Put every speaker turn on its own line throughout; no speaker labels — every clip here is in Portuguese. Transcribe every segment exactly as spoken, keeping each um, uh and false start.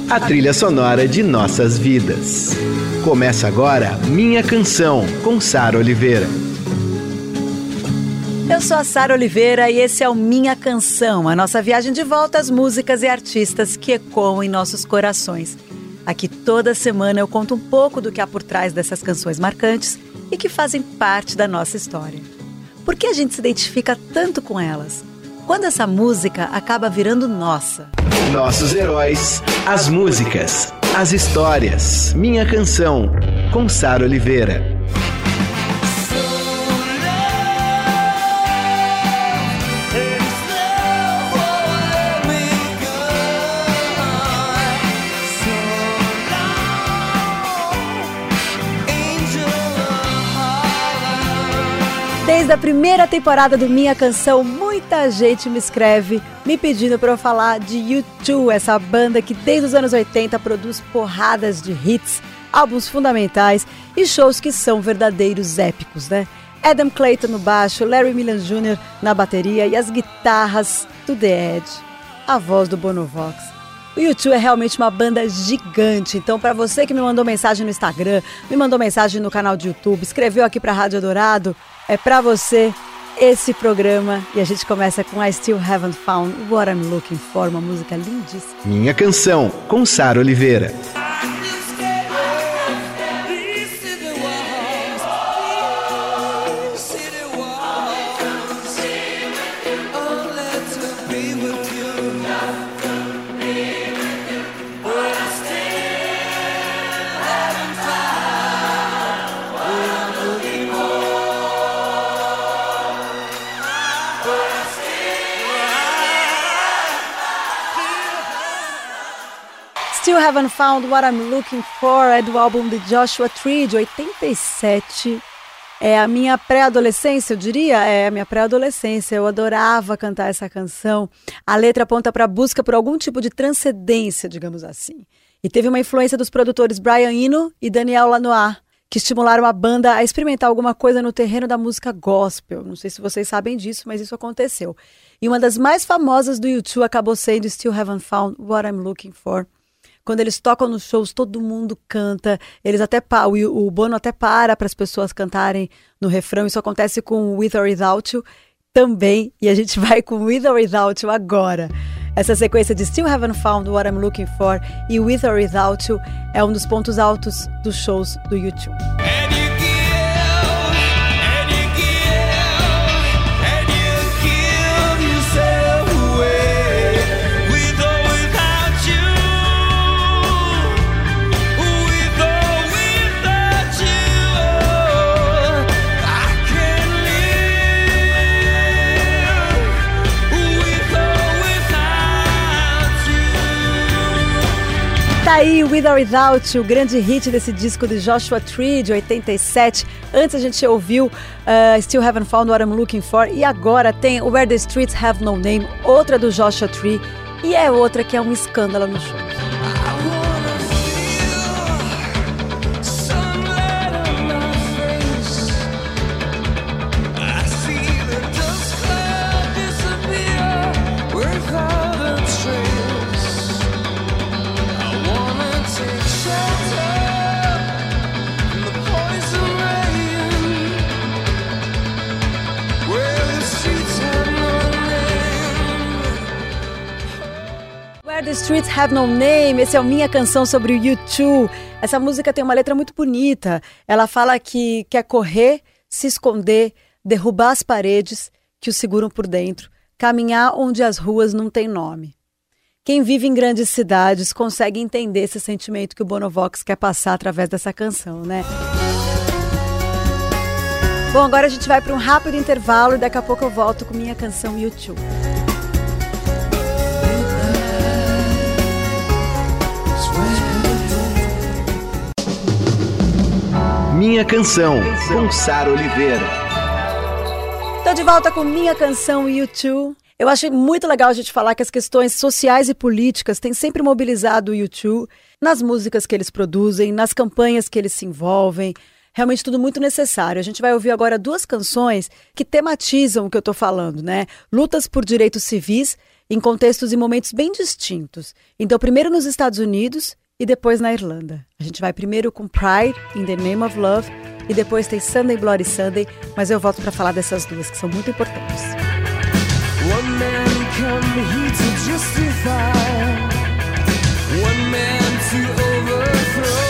a trilha sonora de nossas vidas. Começa agora Minha Canção, com Sara Oliveira.
Eu sou a Sara Oliveira e esse é o Minha Canção, a nossa viagem de volta às músicas e artistas que ecoam em nossos corações. Aqui toda semana eu conto um pouco do que há por trás dessas canções marcantes e que fazem parte da nossa história. Por que a gente se identifica tanto com elas? Quando essa música acaba virando nossa?
Nossos heróis, as músicas, as histórias. Minha Canção, com Sara Oliveira.
Desde a primeira temporada do Minha Canção, muita gente me escreve me pedindo para eu falar de U dois, essa banda que desde os anos oitenta produz porradas de hits, álbuns fundamentais e shows que são verdadeiros épicos, né? Adam Clayton no baixo, Larry Mullen Júnior na bateria e as guitarras do The Edge, a voz do Bono Vox. O U dois é realmente uma banda gigante, então para você que me mandou mensagem no Instagram, me mandou mensagem no canal de YouTube, escreveu aqui para a Rádio Eldorado, é para você esse programa e a gente começa com I Still Haven't Found What I'm Looking For, uma música lindíssima.
Minha Canção, com Sara Oliveira.
Still Haven't Found What I'm Looking For é do álbum de Joshua Tree, de oitenta e sete. É a minha pré-adolescência, eu diria, é a minha pré-adolescência. Eu adorava cantar essa canção. A letra aponta para a busca por algum tipo de transcendência, digamos assim. E teve uma influência dos produtores Brian Eno e Daniel Lanois, que estimularam a banda a experimentar alguma coisa no terreno da música gospel. Não sei se vocês sabem disso, mas isso aconteceu. E uma das mais famosas do U dois acabou sendo Still Haven't Found What I'm Looking For. Quando eles tocam nos shows, todo mundo canta. Eles até pa- o, o Bono até para para as pessoas cantarem no refrão. Isso acontece com With or Without You também. E a gente vai com With or Without You agora. Essa sequência de Still Haven't Found What I'm Looking For e With or Without You é um dos pontos altos dos shows do U dois. Tá aí, With or Without You, o grande hit desse disco de Joshua Tree, de oitenta e sete. Antes a gente ouviu uh, Still Haven't Found What I'm Looking For. E agora tem Where the Streets Have No Name, outra do Joshua Tree. E é outra que é um escândalo no show. Where the Streets Have No Name, esse é a Minha Canção sobre o U dois. Essa música tem uma letra muito bonita. Ela fala que quer correr, se esconder, derrubar as paredes que o seguram por dentro, caminhar onde as ruas não têm nome. Quem vive em grandes cidades consegue entender esse sentimento que o Bono Vox quer passar através dessa canção, né? Bom, agora a gente vai para um rápido intervalo e daqui a pouco eu volto com Minha Canção U dois.
Minha Canção, com Sara Oliveira.
Tô de volta com Minha Canção U dois. Eu achei muito legal a gente falar que as questões sociais e políticas têm sempre mobilizado o U dois nas músicas que eles produzem, nas campanhas que eles se envolvem. Realmente tudo muito necessário. A gente vai ouvir agora duas canções que tematizam o que eu tô falando, né? Lutas por direitos civis em contextos e momentos bem distintos. Então, primeiro nos Estados Unidos e depois na Irlanda. A gente vai primeiro com Pride, In the Name of Love, e depois tem Sunday Bloody Sunday, mas eu volto para falar dessas duas, que são muito importantes.
One man come here to justify, one man to overthrow.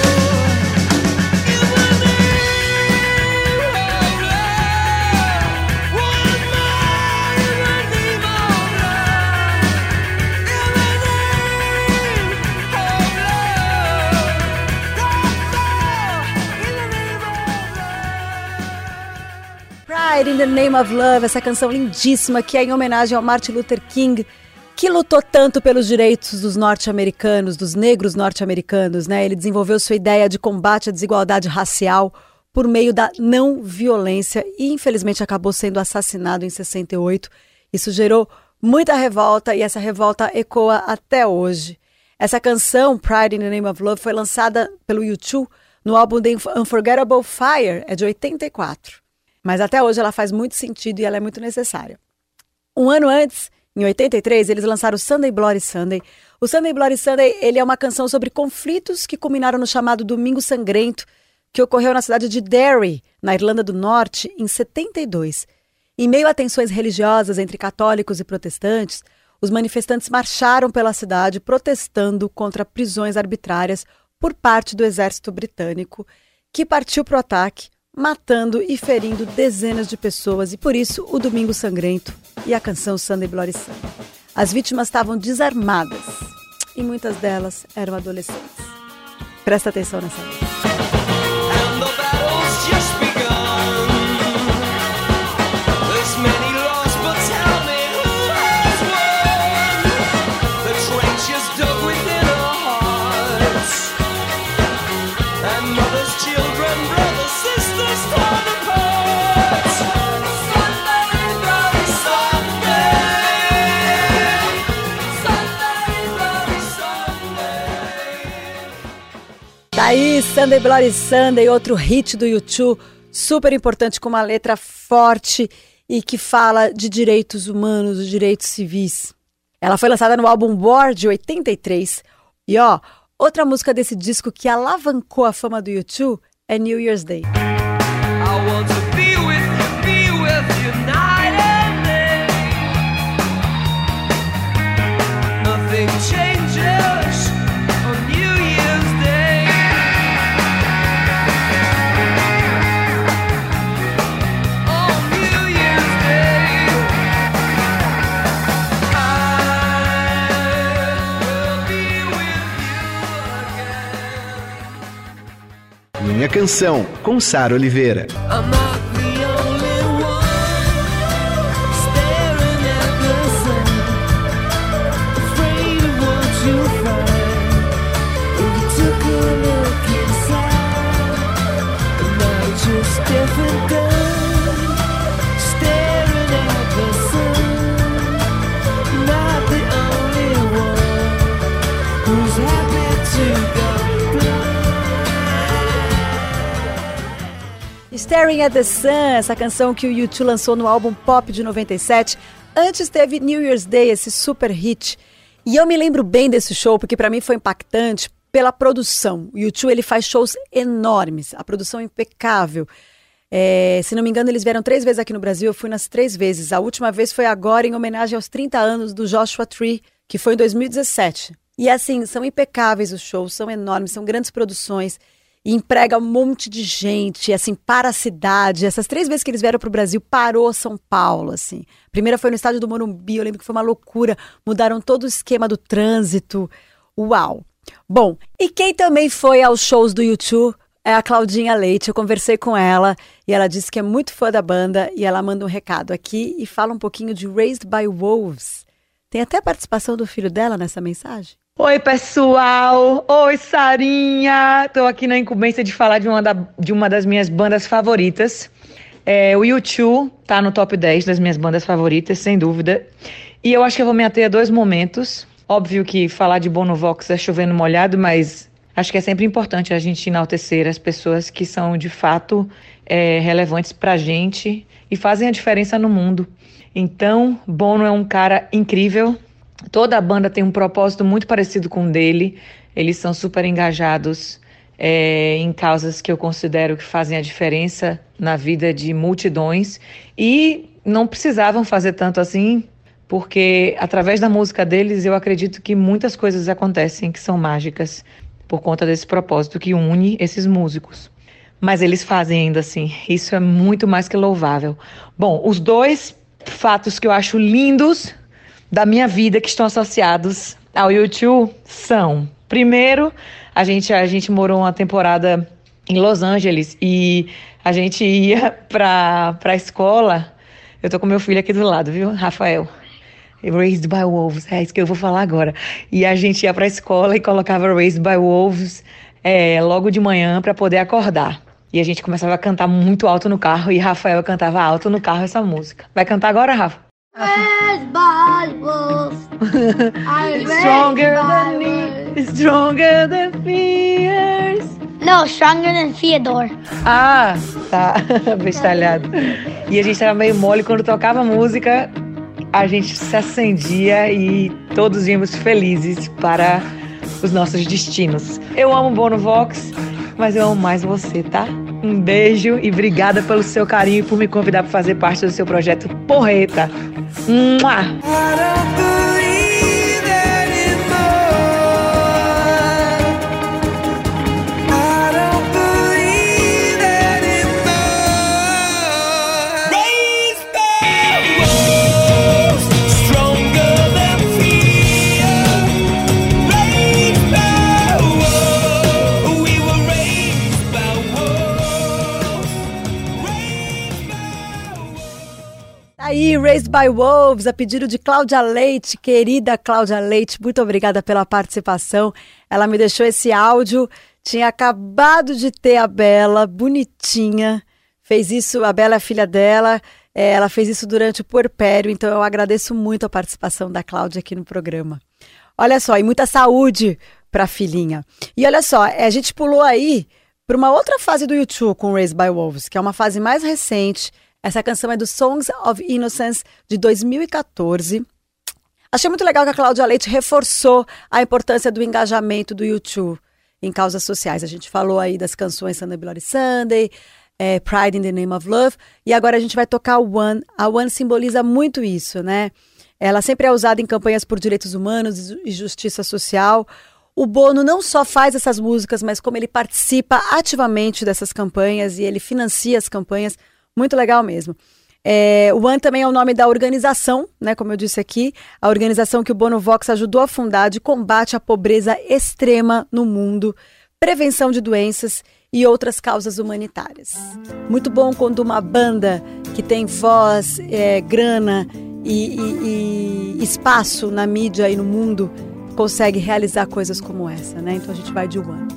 Pride in the Name of Love, essa canção lindíssima que é em homenagem ao Martin Luther King, que lutou tanto pelos direitos dos norte-americanos, dos negros norte-americanos, né? Ele desenvolveu sua ideia de combate à desigualdade racial por meio da não violência e infelizmente acabou sendo assassinado em sessenta e oito. Isso gerou muita revolta e essa revolta ecoa até hoje. Essa canção, Pride in the Name of Love, foi lançada pelo U dois no álbum The Unforgettable Fire, é de oitenta e quatro. Mas até hoje ela faz muito sentido e ela é muito necessária. Um ano antes, em oitenta e três, eles lançaram o Sunday Bloody Sunday. O Sunday Bloody Sunday ele é uma canção sobre conflitos que culminaram no chamado Domingo Sangrento, que ocorreu na cidade de Derry, na Irlanda do Norte, em setenta e dois. Em meio a tensões religiosas entre católicos e protestantes, os manifestantes marcharam pela cidade protestando contra prisões arbitrárias por parte do exército britânico, que partiu para o ataque, matando e ferindo dezenas de pessoas, e por isso o Domingo Sangrento e a canção Sunday Bloody Sunday. As vítimas estavam desarmadas e muitas delas eram adolescentes. Presta atenção nessa letra. Daí, Sunday Bloody Sunday, outro hit do U dois, super importante, com uma letra forte e que fala de direitos humanos, de direitos civis. Ela foi lançada no álbum War, de oitenta e três. E ó, outra música desse disco que alavancou a fama do U dois é New Year's Day.
I want to be with you, be with you night and day. Nothing changes on New Year's Day. On New Year's Day, I will be with you again.
Minha Canção, com Sara Oliveira.
I'm not the only one staring at the sun, afraid of what you'll find if you took a look inside. And I'm just deaf and dumb, staring at the sun. Not the only one who's happy to go blind.
Staring at the Sun, essa canção que o U dois lançou no álbum Pop de noventa e sete. Antes teve New Year's Day, esse super hit. E eu me lembro bem desse show, porque para mim foi impactante pela produção. O U dois ele faz shows enormes, a produção é impecável. É, se não me engano, eles vieram três vezes aqui no Brasil, eu fui nas três vezes. A última vez foi agora, em homenagem aos trinta anos do Joshua Tree, que foi em dois mil e dezessete. E assim, são impecáveis os shows, são enormes, são grandes produções. E emprega um monte de gente, assim, para a cidade. Essas três vezes que eles vieram para o Brasil, parou São Paulo, assim. A primeira foi no estádio do Morumbi, eu lembro que foi uma loucura. Mudaram todo o esquema do trânsito. Uau! Bom, e quem também foi aos shows do U dois é a Claudinha Leite. Eu conversei com ela e ela disse que é muito fã da banda e ela manda um recado aqui e fala um pouquinho de Raised by Wolves. Tem até a participação do filho dela nessa mensagem.
Oi, pessoal! Oi, Sarinha! Tô aqui na incumbência de falar de uma, da, de uma das minhas bandas favoritas. É, o U dois tá no top dez das minhas bandas favoritas, sem dúvida. E eu acho que eu vou me ater a dois momentos. Óbvio que falar de Bono Vox é chovendo molhado, mas acho que é sempre importante a gente enaltecer as pessoas que são, de fato, é, relevantes pra gente e fazem a diferença no mundo. Então, Bono é um cara incrível. Toda a banda tem um propósito muito parecido com o dele. Eles são super engajados é, em causas que eu considero que fazem a diferença na vida de multidões. E não precisavam fazer tanto assim, porque através da música deles eu acredito que muitas coisas acontecem que são mágicas por conta desse propósito que une esses músicos. Mas eles fazem ainda assim. Isso é muito mais que louvável. Bom, os dois fatos que eu acho lindos da minha vida que estão associados ao U dois são: primeiro, a gente, a gente morou uma temporada em Los Angeles e a gente ia pra, pra escola. Eu tô com meu filho aqui do lado, viu, Rafael? Raised by Wolves, é isso que eu vou falar agora. E a gente ia pra escola e colocava Raised by Wolves é, logo de manhã pra poder acordar. E a gente começava a cantar muito alto no carro e Rafael cantava alto no carro essa música. Vai cantar agora, Rafa?
Raised by wolves. I'm
Stronger
raised
than
by
me,
wolves.
stronger than fears.
No, stronger than Theodore.
Ah, tá, bestalhado. E a gente tava meio mole quando tocava música, a gente se acendia e todos íamos felizes para os nossos destinos. Eu amo Bono Vox, mas eu amo mais você, tá? Um beijo e obrigada pelo seu carinho e por me convidar para fazer parte do seu projeto Porreta. Mua!
Aí, Raised by Wolves, a pedido de Cláudia Leite, querida Cláudia Leite, muito obrigada pela participação. Ela me deixou esse áudio, tinha acabado de ter a Bela, bonitinha, fez isso, a Bela é a filha dela, é, ela fez isso durante o puerpério, então eu agradeço muito a participação da Cláudia aqui no programa. Olha só, e muita saúde para a filhinha. E olha só, a gente pulou aí para uma outra fase do U dois com Raised by Wolves, que é uma fase mais recente. Essa canção é do Songs of Innocence, de dois mil e catorze. Achei muito legal que a Cláudia Leite reforçou a importância do engajamento do U dois em causas sociais. A gente falou aí das canções Sunday Bloody Sunday, é, Pride in the Name of Love, e agora a gente vai tocar One. A One simboliza muito isso, né? Ela sempre é usada em campanhas por direitos humanos e justiça social. O Bono não só faz essas músicas, mas como ele participa ativamente dessas campanhas e ele financia as campanhas. Muito legal mesmo. É, o One também é o nome da organização, né, como eu disse aqui, a organização que o Bono Vox ajudou a fundar de combate à pobreza extrema no mundo, prevenção de doenças e outras causas humanitárias. Muito bom quando uma banda que tem voz, é, grana e, e, e espaço na mídia e no mundo consegue realizar coisas como essa, né? Então a gente vai de One.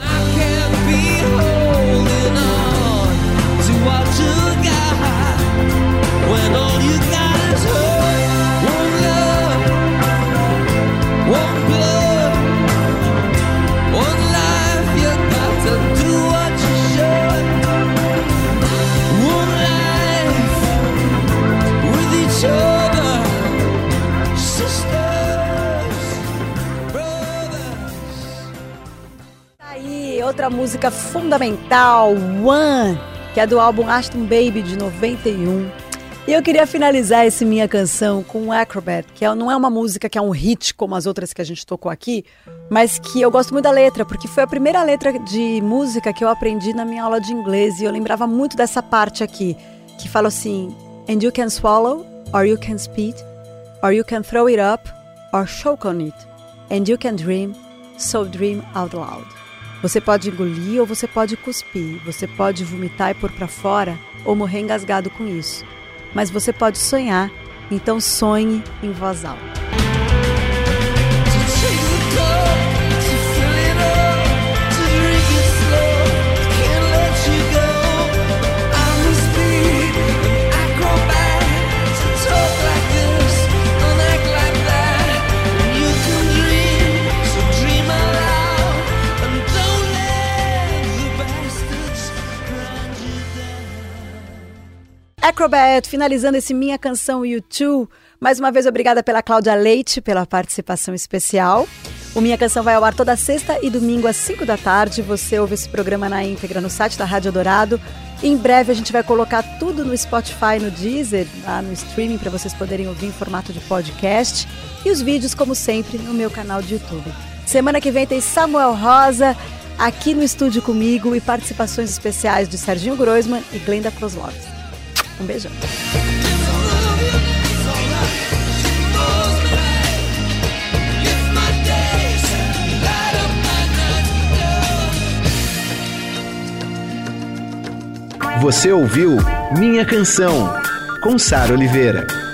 What you got when all you got is hurt? One love, one blood, one life. You got to do what you should. One life with each other, sisters, brothers.
Aí, outra música fundamental, One, que é do álbum Ashton Baby, de noventa e um. E eu queria finalizar esse Minha Canção com Acrobat, que é, não é uma música que é um hit como as outras que a gente tocou aqui, mas que eu gosto muito da letra, porque foi a primeira letra de música que eu aprendi na minha aula de inglês, e eu lembrava muito dessa parte aqui, que fala assim: And you can swallow, or you can spit, or you can throw it up, or choke on it. And you can dream, so dream out loud. Você pode engolir ou você pode cuspir. Você pode vomitar e pôr pra fora ou morrer engasgado com isso. Mas você pode sonhar, então sonhe em voz alta. Acrobat, finalizando esse Minha Canção U dois, Mais uma vez, obrigada pela Cláudia Leite, pela participação especial. O Minha Canção vai ao ar toda sexta e domingo às cinco da tarde. Você ouve esse programa na íntegra no site da Rádio Eldorado. Em breve a gente vai colocar tudo no Spotify, no Deezer, lá no streaming, para vocês poderem ouvir em formato de podcast. E os vídeos, como sempre, no meu canal de YouTube. Semana que vem tem Samuel Rosa aqui no estúdio comigo e participações especiais de Serginho Groisman e Glenda Kozlovski. Um beijão.
Você ouviu Minha Canção, com Sara Oliveira.